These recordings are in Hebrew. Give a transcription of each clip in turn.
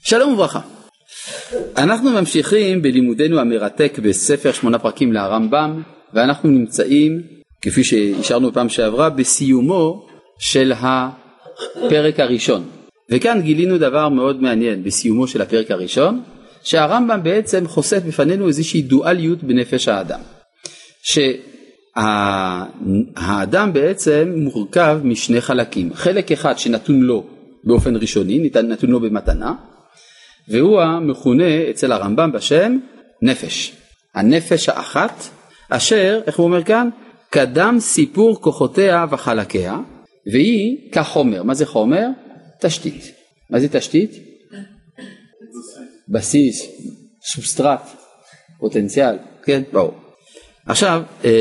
שלום וברכה. אנחנו ממשיכים בלימודנו המרתק בספר 8 פרקים לרמב"ם, ואנחנו נמצאים, כפי שהשארנו פעם שעברה, בסיומו של הפרק הראשון. וכאן גילינו דבר מאוד מעניין בסיומו של הפרק הראשון, שהרמב"ם בעצם חושף בפנינו איזושהי דואליות בנפש האדם. שהאדם בעצם מורכב משני חלקים. חלק אחד שנתון לו באופן ראשוני, נתון לו במתנה, והוא המכונה אצל הרמב"ם בשם נפש. הנפש האחת, אשר, איך הוא אומר כאן? קדם סיפור כוחותיה וחלקיה, והיא כחומר. מה זה חומר? תשתית. מה זה תשתית? בסיס, סובסטרט, פוטנציאל, כן? ברור. עכשיו,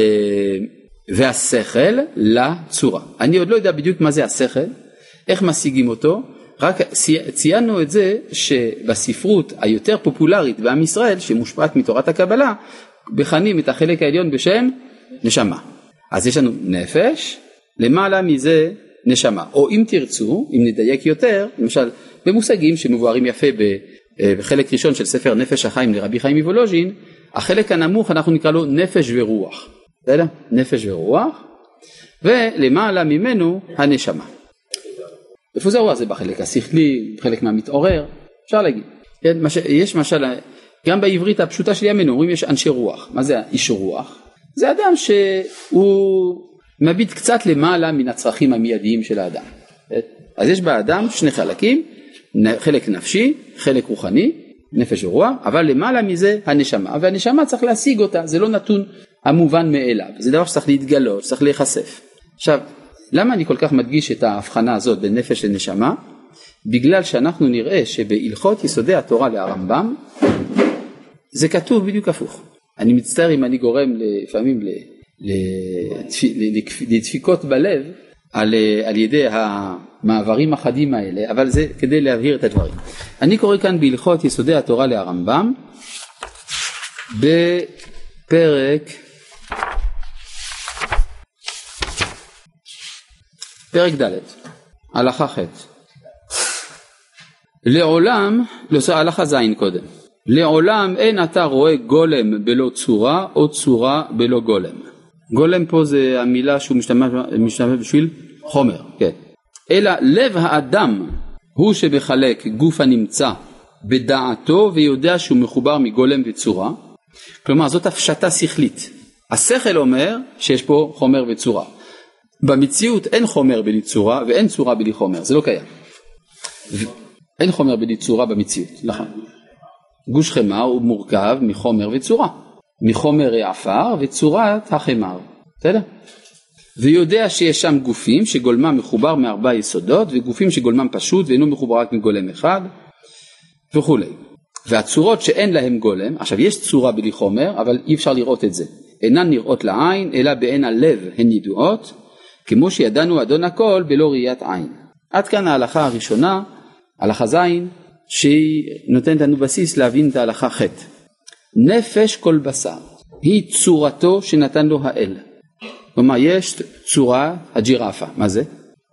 והשכל לצורה. אני עוד לא יודע בדיוק מה זה השכל, איך משיגים אותו, רק ציינו את זה שבספרות היותר פופולרית בעם ישראל, שמושפעת מתורת הקבלה, מכנים את החלק העליון בשם נשמה. אז יש לנו נפש, למעלה מזה נשמה. או אם תרצו, אם נדייק יותר, למשל במושגים שמבוארים יפה בחלק ראשון של ספר נפש החיים לרבי חיים מוולוז'ין, החלק הנמוך אנחנו נקרא לו נפש ורוח. בסדר? נפש ורוח, ולמעלה ממנו הנשמה. איפה זה זה בחלק השכלי, בחלק מהמתעורר, אפשר להגיד. כן? יש משל, גם בעברית הפשוטה של ימינו, אומרים יש אנשי רוח. מה זה איש רוח? זה אדם שהוא מביט קצת למעלה מן הצרכים המיידיים של האדם. אז יש באדם שני חלקים, חלק נפשי, חלק רוחני, נפש ורוח, אבל למעלה מזה הנשמה, והנשמה צריך להשיג אותה, זה לא נתון המובן מאליו, זה דבר שצריך להתגלות, צריך להיחשף. עכשיו, למה אני כל כך מדגיש את ההבחנה הזאת בין נפש לנשמה? בגלל שאנחנו נראה שבהלכות יסודי התורה להרמב"ם, זה כתוב בדיוק הפוך. אני מצטער אם אני גורם לפעמים לדפיקות בלב על ידי המעברים החדים האלה, אבל זה כדי להבהיר את הדברים. אני קורא כאן בהלכות יסודי התורה להרמב"ם, בפרק ד', הלכה ח'. לעולם, לא, הלכה ז' קודם. לעולם אין אתה רואה גולם בלא צורה, או צורה בלא גולם. גולם פה זה המילה שהוא משתמש בשביל חומר, כן. אלא לב האדם הוא שבחלק גוף הנמצא בדעתו ויודע שהוא מחובר מגולם וצורה. כלומר, זאת הפשטה שכלית. השכל אומר שיש פה חומר וצורה. במציאות אין חומר בלי צורה ואין צורה בלי חומר, זה לא קיים. אין חומר בלי צורה במציאות, נכון. גוש חמר הוא מורכב מחומר וצורה, מחומר העפר וצורת החמר, בסדר? ויודע שיש שם גופים שגולמם מחובר מארבע יסודות, וגופים שגולמם פשוט ואינו מחובר רק מגולם אחד, וכו'. והצורות שאין להם גולם, עכשיו יש צורה בלי חומר, אבל אי אפשר לראות את זה. אינן נראות לעין, אלא בעין הלב הן ידועות, כמו שידענו אדון הכל בלא ראיית עין. עד כאן ההלכה הראשונה, הלכה ז', שהיא נותנת לנו בסיס להבין את ההלכה ח'. נפש כל בשר, היא צורתו שנתן לו האל. כלומר, יש צורה הג'ירפה. מה זה?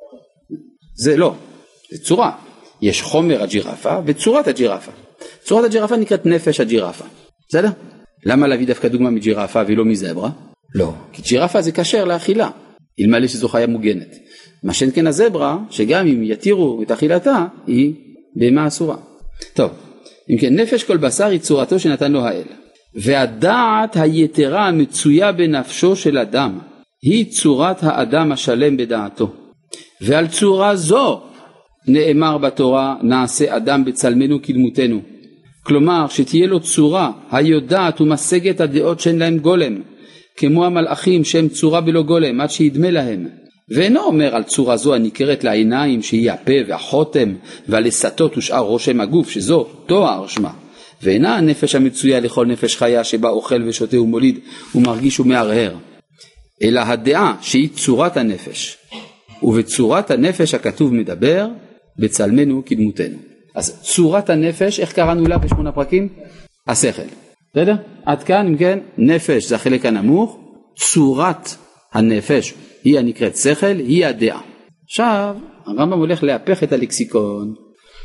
זה לא, זה צורה. יש חומר הג'ירפה וצורת הג'ירפה. צורת הג'ירפה נקראת נפש הג'ירפה. בסדר? למה להביא דווקא דוגמה מג'ירפה ולא מזברה? לא, כי ג'ירפה זה כשר לאכילה, אלמלא שזו חיה מוגנת. מה שאין כן הזברה, שגם אם יתירו את אכילתה, היא בהמה אסורה. טוב, אם כן, נפש כל בשר היא צורתו שנתן לו האל. והדעת היתרה המצויה בנפשו של אדם, היא צורת האדם השלם בדעתו. ועל צורה זו נאמר בתורה, נעשה אדם בצלמנו כדמותנו. כלומר, שתהיה לו צורה היודעת ומשגת הדעות שאין להם גולם, כמו המלאכים שהם צורה בלא גולם, עד שידמה להם. ואינו אומר על צורה זו הניכרת לעיניים שהיא הפה והחותם והלסתות ושאר רושם הגוף שזו תואר שמה, ואינה הנפש המצויה לכל נפש חיה שבה אוכל ושותה ומוליד ומרגיש ומערער, אלא הדעה שהיא צורת הנפש, ובצורת הנפש הכתוב מדבר בצלמנו כדמותנו. אז צורת הנפש, איך קראנו לה בשמונה פרקים? השכל. בסדר? עד כאן, אם כן, נפש זה החלק הנמוך, צורת הנפש היא הנקראת שכל, היא הדעה. עכשיו, הרמב"ם הולך להפך את הלקסיקון,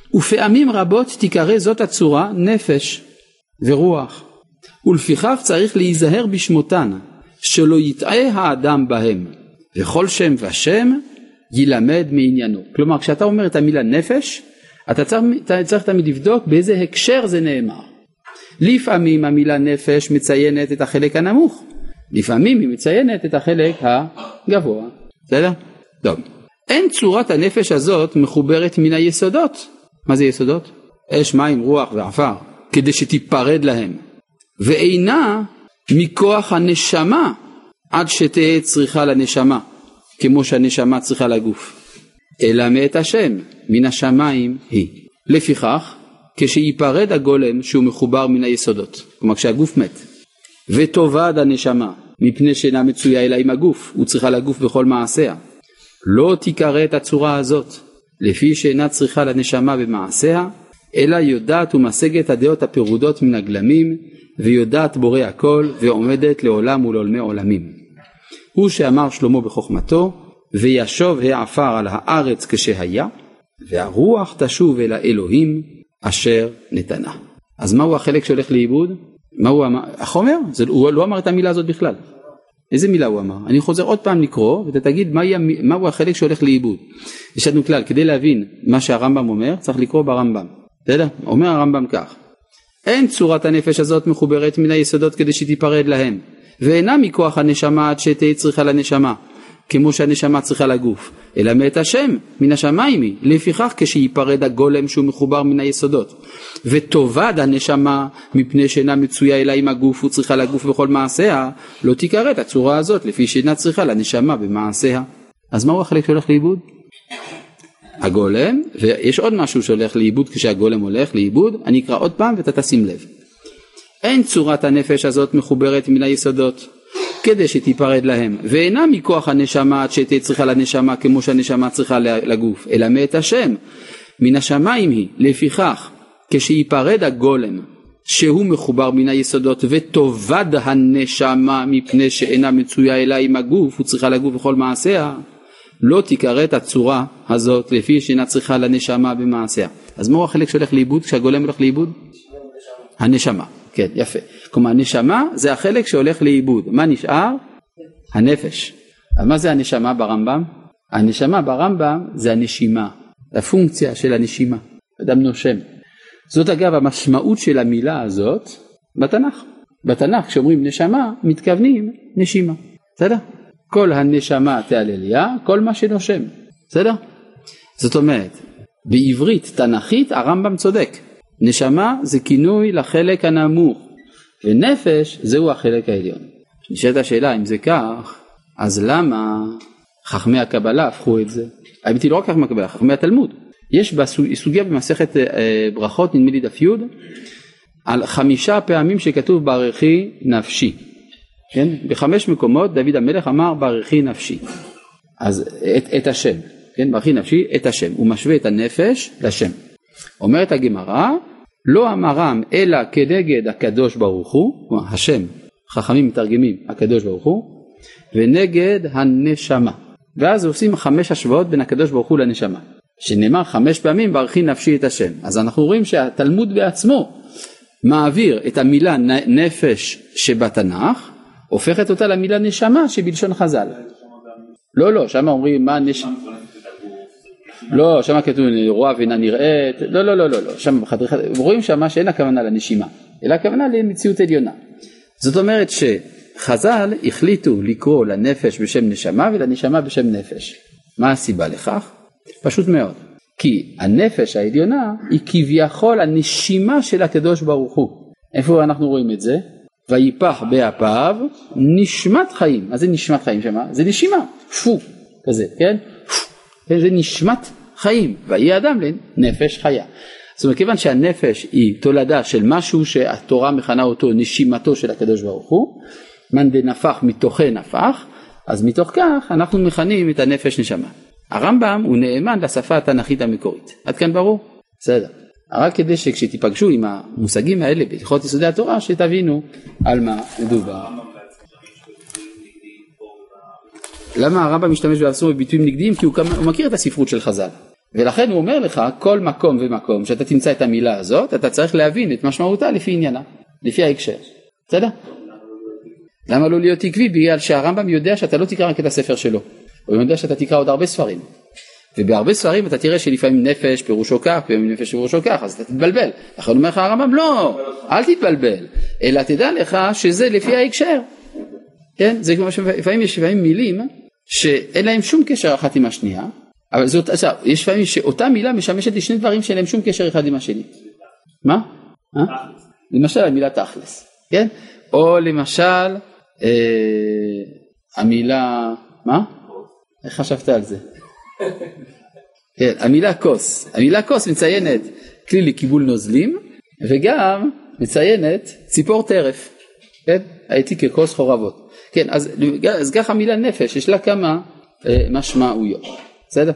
ופעמים רבות תיקרא זאת הצורה נפש ורוח, ולפיכך צריך להיזהר בשמותן, שלא יטעה האדם בהם, וכל שם ושם ילמד מעניינו. כלומר, כשאתה אומר את המילה נפש, אתה צריך תמיד לבדוק באיזה הקשר זה נאמר. לפעמים המילה נפש מציינת את החלק הנמוך, לפעמים היא מציינת את החלק הגבוה. בסדר? טוב. אין צורת הנפש הזאת מחוברת מן היסודות. מה זה יסודות? אש, מים, רוח ועפר, כדי שתיפרד להם. ואינה מכוח הנשמה, עד שתהיה צריכה לנשמה, כמו שהנשמה צריכה לגוף. אלא מאת השם, מן השמיים היא. לפיכך, כשיפרד הגולם שהוא מחובר מן היסודות, כלומר כשהגוף מת, ותאבד הנשמה, מפני שאינה מצויה אלא עם הגוף, הוא צריכה לגוף בכל מעשיה. לא תיקרא את הצורה הזאת, לפי שאינה צריכה לנשמה במעשיה, אלא יודעת ומשגת הדעות הפירודות מן הגלמים, ויודעת בורא הכל, ועומדת לעולם ולעולמי עולמים. הוא שאמר שלמה בחוכמתו, וישוב העפר על הארץ כשהיה, והרוח תשוב אל האלוהים אשר נתנה. אז מהו החלק שהולך לאיבוד? מה הוא אמר? החומר? הוא לא אמר את המילה הזאת בכלל. איזה מילה הוא אמר? אני חוזר עוד פעם לקרוא ותגיד מהו החלק שהולך לאיבוד. יש לנו כלל, כדי להבין מה שהרמב"ם אומר, צריך לקרוא ברמב"ם. בסדר? אומר הרמב"ם כך: אין צורת הנפש הזאת מחוברת מן היסודות כדי שתיפרד להם, ואינה מכוח הנשמה עד שתהיה צריכה לנשמה, כמו שהנשמה צריכה לגוף, אלא מאת השם, מן השמיים היא. לפיכך כשיפרד הגולם שהוא מחובר מן היסודות, ותאבד הנשמה מפני שאינה מצויה אלא עם הגוף, הוא צריכה לגוף בכל מעשיה, לא תיקרא את הצורה הזאת לפי שאינה צריכה לנשמה במעשיה. אז מהו החלק שהולך לאיבוד? הגולם, ויש עוד משהו שהולך לאיבוד כשהגולם הולך לאיבוד, אני אקרא עוד פעם ואתה תשים לב. אין צורת הנפש הזאת מחוברת מן היסודות, כדי שתיפרד להם, ואינה מכוח הנשמה עד שתהיה צריכה לנשמה כמו שהנשמה צריכה לגוף, אלא מאת השם, מן השמיים היא. לפיכך, כשיפרד הגולם שהוא מחובר מן היסודות, ותאבד הנשמה מפני שאינה מצויה אלא עם הגוף, הוא צריכה לגוף בכל מעשיה, לא תיקרא את הצורה הזאת לפי שאינה צריכה לנשמה במעשיה. אז מהו החלק שהולך לאיבוד כשהגולם הולך לאיבוד? הנשמה. כן, יפה. כלומר, הנשמה זה החלק שהולך לאיבוד. מה נשאר? הנפש. אז מה זה הנשמה ברמב"ם? הנשמה ברמב"ם זה הנשימה, הפונקציה של הנשימה. אדם נושם. זאת אגב המשמעות של המילה הזאת בתנ"ך. בתנ"ך כשאומרים נשמה מתכוונים נשימה. בסדר? כל הנשמה תהלליה, כל מה שנושם. בסדר? זאת אומרת, בעברית תנ"כית הרמב"ם צודק. נשמה זה כינוי לחלק הנמוך, ונפש זהו החלק העליון. נשאלת השאלה, אם זה כך, אז למה חכמי הקבלה הפכו את זה? האמת היא לא רק חכמי הקבלה, חכמי התלמוד. יש סוגיה במסכת ברכות, נדמה לי דף י', על 5 פעמים שכתוב ברכי נפשי. כן? ב5 מקומות דוד המלך אמר ברכי נפשי. אז את השם, כן? ברכי נפשי, את השם. הוא משווה את הנפש לשם. אומרת הגמרא, לא אמרם אלא כנגד הקדוש ברוך הוא, כלומר השם, חכמים מתרגמים הקדוש ברוך הוא, ונגד הנשמה. ואז עושים 5 השוואות בין הקדוש ברוך הוא לנשמה, שנאמר 5 פעמים ברכי נפשי את השם. אז אנחנו רואים שהתלמוד בעצמו מעביר את המילה נפש שבתנ"ך, הופכת אותה למילה נשמה שבלשון חז"ל. לא, שם אומרים מה נשמה. לא, שם כתוב רואה ואינה נראית, לא, שם רואים שמה שאין הכוונה לנשימה, אלא הכוונה למציאות עליונה. זאת אומרת שחז"ל החליטו לקרוא לנפש בשם נשמה ולנשמה בשם נפש. מה הסיבה לכך? פשוט מאוד. כי הנפש העליונה היא כביכול הנשימה של הקדוש ברוך הוא. איפה אנחנו רואים את זה? ויפח באפיו נשמת חיים. מה זה נשמת חיים שמה? זה נשימה, פו, כזה, כן? זה נשמת חיים, ויהיה אדם לנפש חיה. זאת אומרת, כיוון שהנפש היא תולדה של משהו שהתורה מכנה אותו נשימתו של הקדוש ברוך הוא, מאן דנפח מתוכן נפח, אז מתוך כך אנחנו מכנים את הנפש נשמה. הרמב"ם הוא נאמן לשפה התנ"כית המקורית. עד כאן ברור? בסדר. רק כדי שכשתיפגשו עם המושגים האלה בהלכות יסודי התורה, שתבינו על מה מדובר. למה הרמב"ם משתמש בעצמו בביטויים נגדיים? כי הוא מכיר את הספרות של חז"ל. ולכן הוא אומר לך, כל מקום ומקום שאתה תמצא את המילה הזאת, אתה צריך להבין את משמעותה לפי עניינה, לפי ההקשר. בסדר? למה לא להיות עקבי? בגלל שהרמב"ם יודע שאתה לא תקרא רק את הספר שלו, הוא יודע שאתה תקרא עוד הרבה ספרים, ובהרבה ספרים אתה תראה שלפעמים נפש פירושו כך, לפעמים נפש פירושו כך, אז אתה תתבלבל. לכן אומר לך הרמב"ם, לא, אל תתבלבל, אלא תדע לך שזה לפי ההקשר. כן? זה כמו שלפעמים יש מילים שאין להם שום קשר אחת עם השנייה, אבל זאת, יש פעמים שאותה מילה משמשת לשני דברים שאין להם שום קשר אחד עם השני. מה? למשל המילה תכלס, כן? או למשל המילה, מה? איך חשבת על זה? כן, המילה כוס. המילה כוס מציינת כלי לקיבול נוזלים, וגם מציינת ציפור טרף. כן? הייתי ככוס חורבות. כן, אז ככה המילה נפש, יש לה כמה משמעויות. בסדר?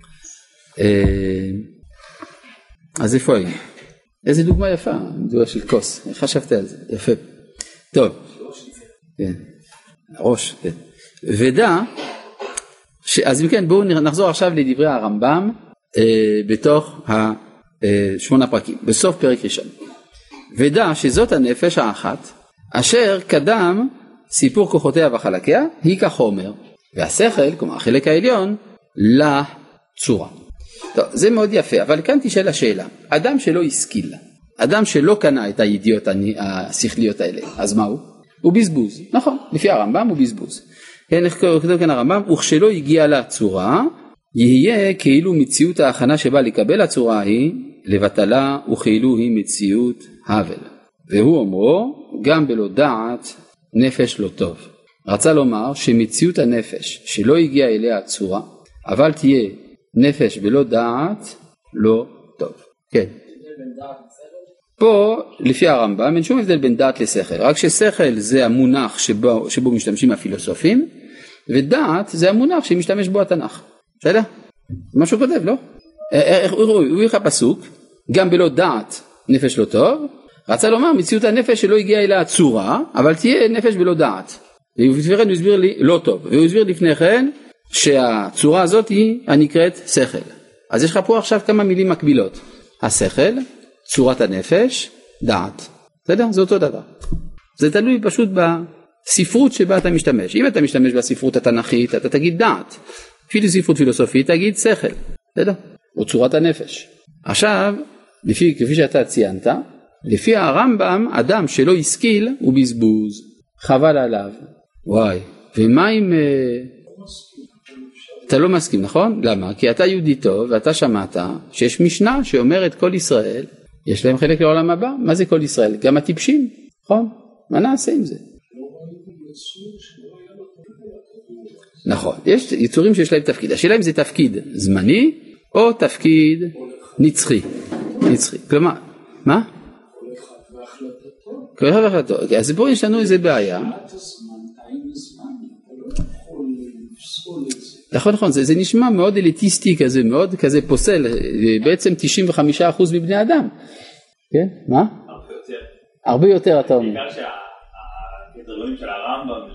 אז איפה היינו? איזה דוגמה יפה, דוגמה של כוס. איך חשבת על זה? יפה. טוב. כן. ראש, כן. ודע, אז אם כן, בואו נחזור עכשיו לדברי הרמב"ם בתוך 8 פרקים, בסוף פרק ראשון. ודע שזאת הנפש האחת, אשר קדם סיפור כוחותיה וחלקיה, היא כחומר, והשכל, כלומר החלק העליון, לצורה. טוב, זה מאוד יפה, אבל כאן תשאל השאלה, אדם שלא השכיל, אדם שלא קנה את הידיעות השכליות האלה, אז מה הוא? הוא בזבוז, נכון, לפי הרמב"ם הוא בזבוז. כן, איך כתוב כאן הרמב"ם? וכשלא הגיע לצורה, יהיה כאילו מציאות ההכנה שבא לקבל הצורה היא, לבטלה וכאילו היא מציאות הבל. והוא אומרו, גם בלא דעת נפש לא טוב. רצה לומר שמציאות הנפש שלא הגיעה אליה הצורה, אבל תהיה נפש בלא דעת לא טוב. כן. פה לפי הרמב"ם אין שום הבדל בין דעת לשכל, רק ששכל זה המונח שבו משתמשים הפילוסופים, ודעת זה המונח שמשתמש בו התנ"ך. בסדר? מה שהוא כותב, לא? הוא יקרא פסוק, גם בלא דעת נפש לא טוב, רצה לומר מציאות הנפש שלא הגיעה אליה הצורה, אבל תהיה נפש בלא דעת. והוא הסביר לי לא טוב, והוא הסביר לפני כן שהצורה הזאת היא הנקראת שכל. אז יש לך פה עכשיו כמה מילים מקבילות, השכל, צורת הנפש, דעת. בסדר? זה אותו דבר. זה תלוי פשוט בספרות שבה אתה משתמש. אם אתה משתמש בספרות התנ"כית, אתה תגיד דעת. לפי ספרות פילוסופית, תגיד שכל. בסדר? או צורת הנפש. עכשיו, כפי שאתה ציינת, לפי הרמב"ם, אדם שלא השכיל הוא בזבוז. חבל עליו. וואי. ומה אם אתה לא מסכים, נכון? למה? כי אתה יהודי טוב ואתה שמעת שיש משנה שאומרת כל ישראל יש להם חלק לעולם הבא. מה זה כל ישראל? גם הטיפשים, נכון? מה נעשה עם זה? נכון, יש יצורים שיש להם תפקיד. השאלה אם זה תפקיד זמני או תפקיד נצחי. כלומר, מה? כל אחד והחלטתו. אז פה יש לנו איזה בעיה. נכון, זה נשמע מאוד אליטיסטי כזה, מאוד כזה פוסל, בעצם 95% מבני אדם. כן? מה? הרבה יותר אתה אומר. בגלל שהקריטריונים של הרמב"ם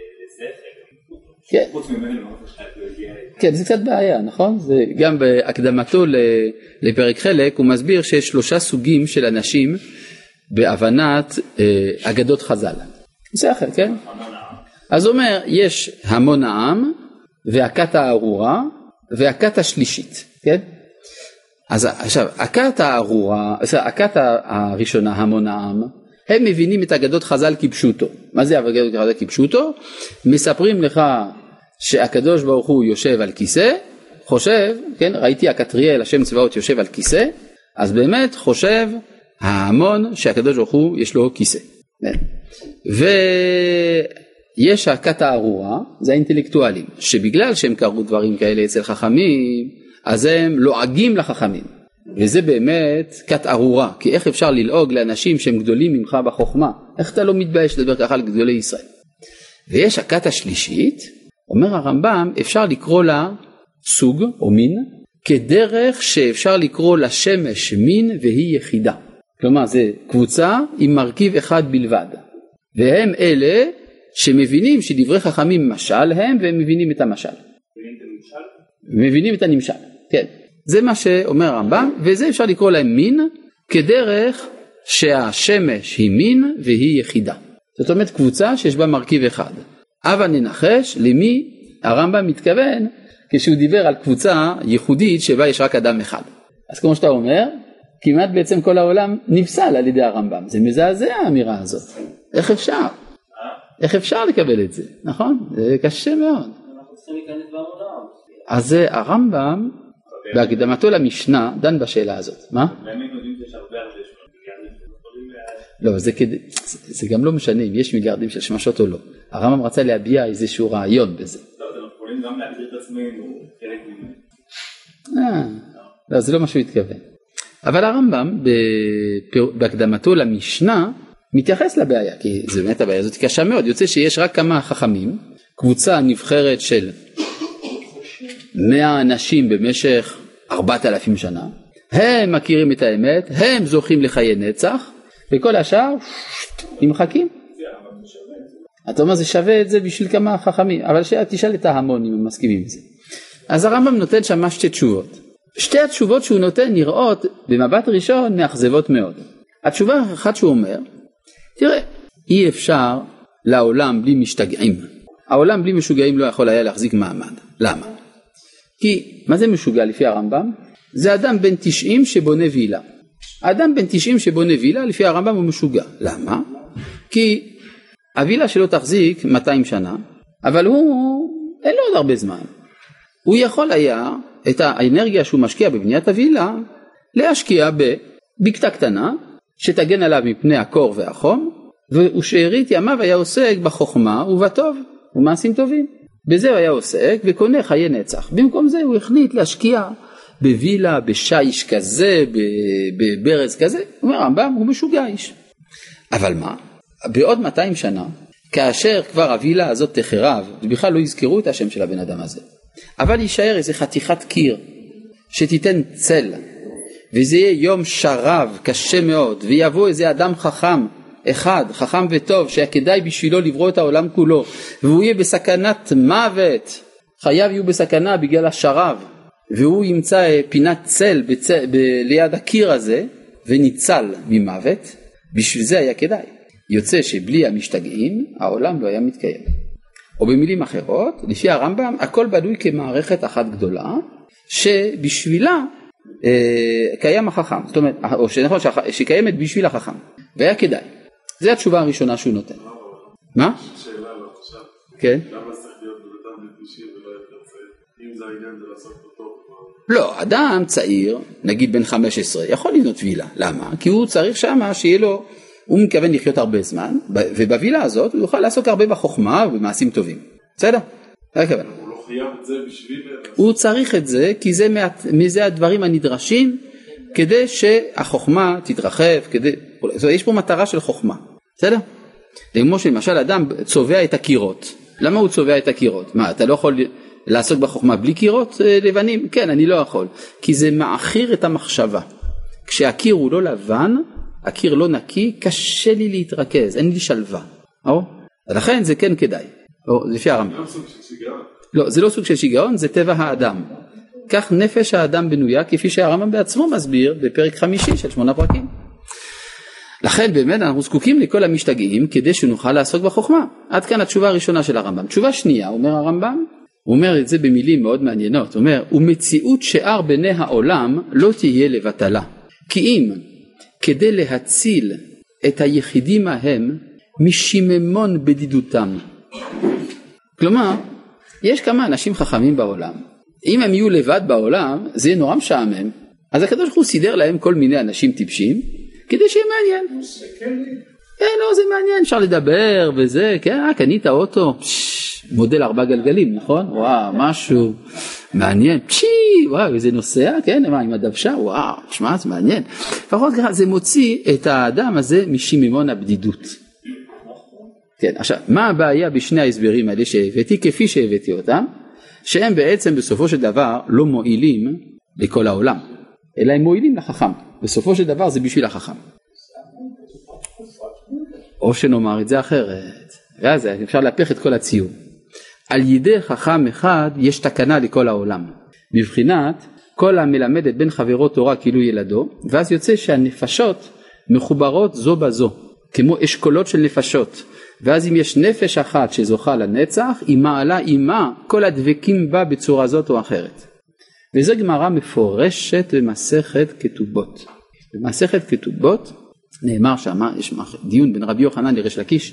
לשכל, חוץ ממנו לא חשבתי. כן, זה קצת בעיה, נכון? זה גם בהקדמתו לפרק חלק, הוא מסביר שיש 3 סוגים של אנשים בהבנת אגדות חז"ל. זה אחר, כן? אז הוא אומר, יש המון העם, והכת הארורה, והכת השלישית, כן? אז עכשיו, הכת הראשונה, המון העם, הם מבינים את אגדות חז"ל כפשוטו. מה זה אגדות חז"ל כפשוטו? מספרים לך שהקדוש ברוך הוא יושב על כיסא, חושב, כן, ראיתי הקטריאל, השם צבאות יושב על כיסא, אז באמת חושב ההמון שהקדוש ברוך הוא יש לו כיסא. ויש הכת הארורה, זה האינטלקטואלים, שבגלל שהם קראו דברים כאלה אצל חכמים, אז הם לועגים לחכמים. וזה באמת כת ארורה, כי איך אפשר ללעוג לאנשים שהם גדולים ממך בחוכמה? איך אתה לא מתבייש לדבר ככה על גדולי ישראל? ויש הכת השלישית, אומר הרמב"ם, אפשר לקרוא לה סוג או מין, כדרך שאפשר לקרוא לשמש מין והיא יחידה. כלומר, זה קבוצה עם מרכיב אחד בלבד. והם אלה שמבינים שדברי חכמים משל הם, והם מבינים את המשל. מבינים את הנמשל, כן. זה מה שאומר הרמב"ם, וזה אפשר לקרוא להם מין, כדרך שהשמש היא מין והיא יחידה. זאת אומרת קבוצה שיש בה מרכיב אחד. אבל ננחש למי הרמב"ם מתכוון כשהוא דיבר על קבוצה ייחודית שבה יש רק אדם אחד. אז כמו שאתה אומר, כמעט בעצם כל העולם נפסל על ידי הרמב"ם. זה מזעזע האמירה הזאת. איך אפשר? איך אפשר לקבל את זה? נכון? זה קשה מאוד. אנחנו צריכים להיכנס בעמודה. אז הרמב"ם בהקדמתו למשנה דן בשאלה הזאת. מה? באמת יודעים שיש הרבה לא, זה גם לא משנה אם יש מיליארדים של שמשות או לא. הרמב"ם רצה להביע איזשהו רעיון בזה. לא, אנחנו יכולים גם להגדיר את עצמנו חלק ממנו. לא, זה לא מה שהוא התכוון. אבל הרמב"ם בהקדמתו למשנה מתייחס לבעיה, כי זה באמת הבעיה הזאת קשה מאוד. יוצא שיש רק כמה חכמים, קבוצה נבחרת של 100 אנשים במשך 4,000 שנה, הם מכירים את האמת, הם זוכים לחיי נצח, וכל השאר נמחקים. אתה אומר זה שווה את זה בשביל כמה חכמים, אבל תשאל את ההמון אם הם מסכימים עם זה. אז הרמב"ם נותן שם שתי תשובות. שתי התשובות שהוא נותן נראות במבט ראשון מאכזבות מאוד. התשובה האחת שהוא אומר, תראה, אי אפשר לעולם בלי משתגעים. העולם בלי משוגעים לא יכול היה להחזיק מעמד. למה? כי מה זה משוגע לפי הרמב"ם? זה אדם בן 90 שבונה וילה. האדם בן 90 שבונה וילה לפי הרמב"ם הוא משוגע. למה? כי הווילה שלו תחזיק 200 שנה, אבל אין לו עוד הרבה זמן. הוא יכול היה את האנרגיה שהוא משקיע בבניית הווילה להשקיע בבקתה קטנה שתגן עליו מפני הקור והחום, ושארית ימיו היה עוסק בחוכמה ובטוב ומעשים טובים. בזה הוא היה עוסק וקונה חיי נצח. במקום זה הוא החליט להשקיע בווילה, בשיש כזה, בברז כזה. הוא אומר הרמב"ם הוא משוגע איש. אבל מה? בעוד 200 שנה, כאשר כבר הווילה הזאת תחרב, ובכלל לא יזכרו את השם של הבן אדם הזה, אבל יישאר איזה חתיכת קיר שתיתן צל, וזה יהיה יום שרב קשה מאוד, ויבוא איזה אדם חכם אחד, חכם וטוב, שהיה כדאי בשבילו לברוא את העולם כולו, והוא יהיה בסכנת מוות, חייו יהיו בסכנה בגלל השרב, והוא ימצא פינת צל ליד הקיר הזה וניצל ממוות. בשביל זה היה כדאי. יוצא שבלי המשתגעים העולם לא היה מתקיים. או במילים אחרות, לפי הרמב"ם הכל בנוי כמערכת אחת גדולה שבשבילה קיים החכם. זאת אומרת, או שנכון שקיימת בשביל החכם, והיה כדאי. זו התשובה הראשונה שהוא נותן. מה? שאלה לא עכשיו. כן. למה צריך להיות בבטן בקדושי ולא יותר צעיר? אם זה העניין זה לעשות אותו. לא, אדם צעיר, נגיד בן 15, יכול לבנות וילה. למה? כי הוא צריך שמה שיהיה לו, הוא מתכוון לחיות הרבה זמן, ובווילה הזאת הוא יוכל לעסוק הרבה בחוכמה ובמעשים טובים. בסדר? הוא לא חייב את זה בשביל... הוא צריך את זה, כי זה מזה הדברים הנדרשים, כדי שהחוכמה תתרחב, יש פה מטרה של חוכמה. בסדר? כמו שלמשל אדם צובע את הקירות. למה הוא צובע את הקירות? מה, אתה לא יכול לעסוק בחוכמה בלי קירות לבנים? כן, אני לא יכול. כי זה מאחיר את המחשבה. כשהקיר הוא לא לבן, הקיר לא נקי, קשה לי להתרכז, אין לי שלווה. לכן זה כן כדאי. זה לפי הרמב"ם. זה סוג של שיגעון. לא, זה לא סוג של שיגעון, זה טבע האדם. כך נפש האדם בנויה, כפי שהרמב"ם בעצמו מסביר בפרק 5 של 8 פרקים. לכן באמת אנחנו זקוקים לכל המשתגעים כדי שנוכל לעסוק בחוכמה. עד כאן התשובה הראשונה של הרמב"ם. תשובה שנייה, אומר הרמב"ם, הוא אומר את זה במילים מאוד מעניינות, הוא אומר, ומציאות שאר בני העולם לא תהיה לבטלה. כי אם כדי להציל את היחידים ההם משיממון בדידותם. כלומר, יש כמה אנשים חכמים בעולם. אם הם יהיו לבד בעולם, זה יהיה נורא משעמם. אז הקדוש ברוך הוא סידר להם כל מיני אנשים טיפשים, כדי שיהיה מעניין. כן, לא, זה מעניין, אפשר לדבר וזה, כן, קנית אוטו, מודל 4 גלגלים, נכון? וואו, משהו מעניין, וואו, איזה נוסע, כן, עם הדוושה, וואו, שמע, זה מעניין. לפחות ככה, זה מוציא את האדם הזה משיממון הבדידות. כן, עכשיו, מה הבעיה בשני ההסברים האלה שהבאתי, כפי שהבאתי אותם, שהם בעצם בסופו של דבר לא מועילים לכל העולם, אלא הם מועילים לחכם. בסופו של דבר זה בשביל החכם. או שנאמר את זה אחרת, ואז אפשר להפך את כל הציור. על ידי חכם אחד יש תקנה לכל העולם. מבחינת כל המלמד את בן חברו תורה כאילו ילדו, ואז יוצא שהנפשות מחוברות זו בזו, כמו אשכולות של נפשות, ואז אם יש נפש אחת שזוכה לנצח, היא מעלה עימה כל הדבקים בה בצורה זאת או אחרת. וזו גמרא מפורשת במסכת כתובות. במסכת כתובות נאמר שמה, יש דיון בין רבי יוחנן לריש לקיש,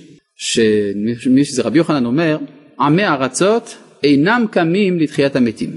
שזה רבי יוחנן אומר, עמי ארצות אינם קמים לתחיית המתים.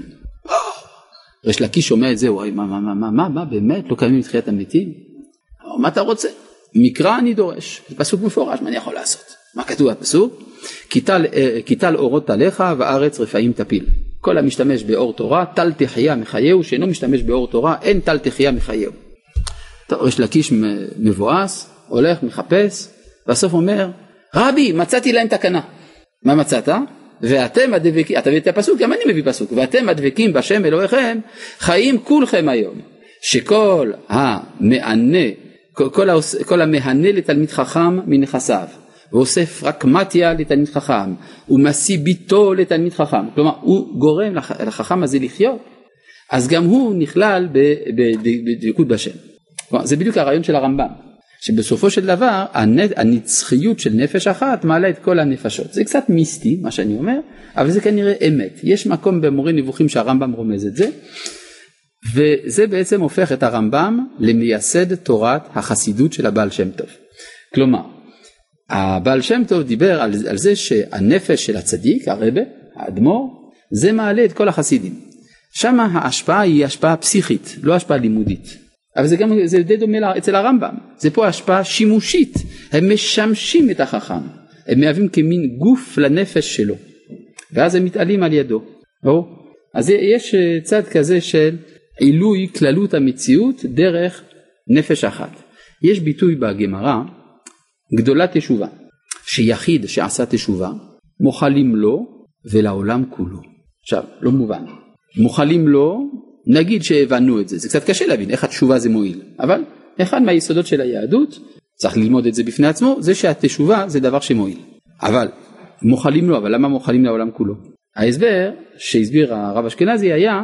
ריש לקיש שומע את זה, וואי, מה, באמת לא קמים לתחיית המתים? מה אתה רוצה? מקרא אני דורש, זה פסוק מפורש, מה אני יכול לעשות? מה כתוב בפסוק? כיתל אורות עליך וארץ רפאים תפיל. כל המשתמש באור תורה, תל תחיה מחייהו, שאינו משתמש באור תורה, אין תל תחיה מחייהו. ריש לקיש מבואס, הולך, מחפש, בסוף אומר, רבי, מצאתי להם תקנה. מה מצאת? ואתם הדבקים, אתה מביא את הפסוק, גם אני מביא פסוק, ואתם הדבקים בשם אלוהיכם, חיים כולכם היום. שכל המענה, כל המהנה לתלמיד חכם מנכסיו, ואוסף רק מתיה לתלמיד חכם, ומשיא ביתו לתלמיד חכם, כלומר הוא גורם לחכם הזה לחיות, אז גם הוא נכלל בדבקות בשם. זה בדיוק הרעיון של הרמב"ם, שבסופו של דבר הנצחיות של נפש אחת מעלה את כל הנפשות. זה קצת מיסטי מה שאני אומר, אבל זה כנראה אמת. יש מקום במורה נבוכים שהרמב"ם רומז את זה, וזה בעצם הופך את הרמב"ם למייסד תורת החסידות של הבעל שם טוב. כלומר, הבעל שם טוב דיבר על זה שהנפש של הצדיק, הרבא, האדמו"ר, זה מעלה את כל החסידים. שם ההשפעה היא השפעה פסיכית, לא השפעה לימודית. אבל זה די דומה אצל הרמב"ם. זה פה השפעה שימושית. הם משמשים את החכם. הם מהווים כמין גוף לנפש שלו. ואז הם מתעלים על ידו. אז יש צד כזה של עילוי כללות המציאות דרך נפש אחת. יש ביטוי בגמרא, גדולת תשובה, שיחיד שעשה תשובה, מוחלים לו ולעולם כולו. עכשיו, לא מובן. מוחלים לו, נגיד שהבנו את זה. זה קצת קשה להבין איך התשובה זה מועיל. אבל אחד מהיסודות של היהדות, צריך ללמוד את זה בפני עצמו, זה שהתשובה זה דבר שמועיל. אבל מוחלים לו, אבל למה מוחלים לעולם כולו? ההסבר שהסביר הרב אשכנזי היה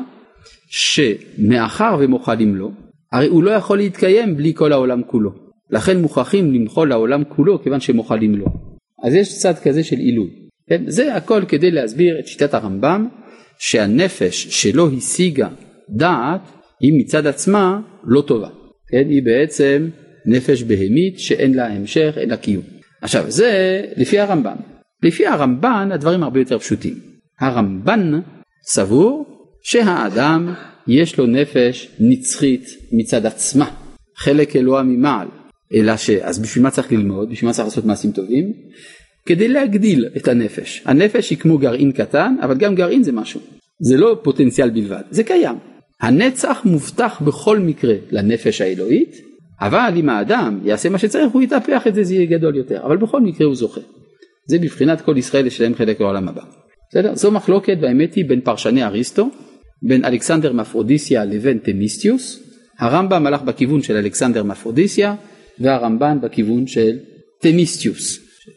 שמאחר ומוחלים לו, הרי הוא לא יכול להתקיים בלי כל העולם כולו. לכן מוכרחים למחול לעולם כולו כיוון שמוחלים לו. אז יש צד כזה של עילוי. כן? זה הכל כדי להסביר את שיטת הרמב"ם, שהנפש שלא השיגה דעת היא מצד עצמה לא טובה. כן? היא בעצם נפש בהמית שאין לה המשך, אין לה קיום. עכשיו זה לפי הרמב"ם. לפי הרמב"ן הדברים הרבה יותר פשוטים. הרמב"ן סבור שהאדם יש לו נפש נצחית מצד עצמה, חלק אלוה ממעל, אלא אז בשביל מה צריך ללמוד, בשביל מה צריך לעשות מעשים טובים? כדי להגדיל את הנפש. הנפש היא כמו גרעין קטן, אבל גם גרעין זה משהו, זה לא פוטנציאל בלבד, זה קיים. הנצח מובטח בכל מקרה לנפש האלוהית, אבל אם האדם יעשה מה שצריך הוא יתהפך את זה, זה יהיה גדול יותר, אבל בכל מקרה הוא זוכה. זה בבחינת כל ישראל יש להם חלק לעולם הבא. בסדר? זו מחלוקת והאמת היא בין פרשני אריסטו, בין אלכסנדר מפרודיסיה לבין תמיסטיוס. הרמב"ם הלך בכיוון של אלכסנדר מפרודיסיה, והרמב"ן בכיוון של תמיסטיוס.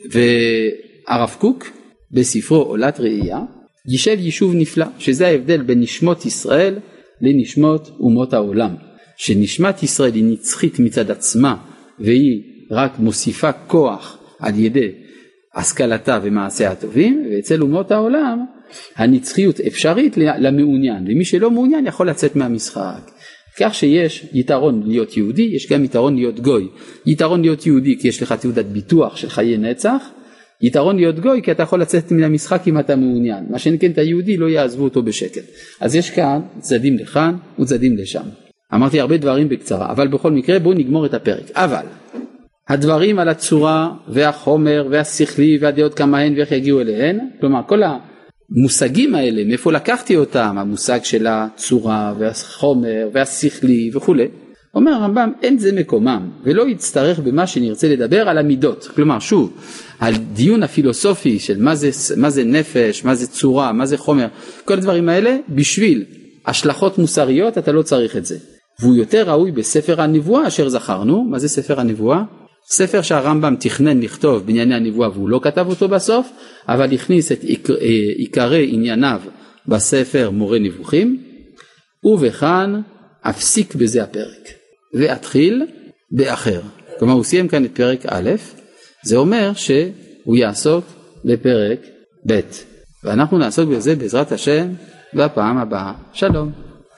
והרב קוק בספרו עולת ראייה יישב יישוב נפלא, שזה ההבדל בין נשמות ישראל לנשמות אומות העולם. שנשמת ישראל היא נצחית מצד עצמה, והיא רק מוסיפה כוח על ידי השכלתה ומעשיה הטובים, ואצל אומות העולם הנצחיות אפשרית למעוניין, ומי שלא מעוניין יכול לצאת מהמשחק. כך שיש יתרון להיות יהודי, יש גם יתרון להיות גוי. יתרון להיות יהודי כי יש לך תעודת ביטוח של חיי נצח, יתרון להיות גוי כי אתה יכול לצאת מן המשחק אם אתה מעוניין. מה שנקרא את היהודי לא יעזבו אותו בשקט. אז יש כאן צדדים לכאן וצדדים לשם. אמרתי הרבה דברים בקצרה, אבל בכל מקרה בואו נגמור את הפרק. אבל הדברים על הצורה והחומר והשכלי והדעות כמה הן ואיך יגיעו אליהן, כלומר כל המושגים האלה, מאיפה לקחתי אותם, המושג של הצורה והחומר והשכלי וכו'. אומר הרמב"ם, אין זה מקומם, ולא יצטרך במה שנרצה לדבר על המידות. כלומר, שוב, על דיון הפילוסופי של מה זה נפש, מה זה צורה, מה זה חומר, כל הדברים האלה, בשביל השלכות מוסריות אתה לא צריך את זה. והוא יותר ראוי בספר הנבואה אשר זכרנו. מה זה ספר הנבואה? ספר שהרמב"ם תכנן לכתוב בענייני הנבואה והוא לא כתב אותו בסוף, אבל הכניס את עיקרי ענייניו בספר מורה נבוכים. ובכאן אפסיק בזה הפרק, ואתחיל באחר. כלומר הוא סיים כאן את פרק א', זה אומר שהוא יעסוק בפרק ב', ואנחנו נעסוק בזה בעזרת השם בפעם הבאה. שלום.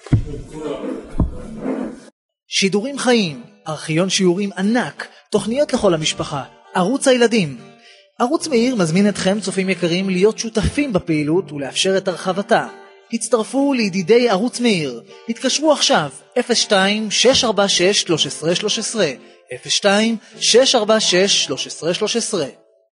שידורים חיים, ארכיון שיעורים ענק, תוכניות לכל המשפחה, ערוץ הילדים. ערוץ מאיר מזמין אתכם צופים יקרים להיות שותפים בפעילות ולאפשר את הרחבתה. הצטרפו לידידי ערוץ מאיר, התקשרו עכשיו 02-646-1313, 02-646-1313.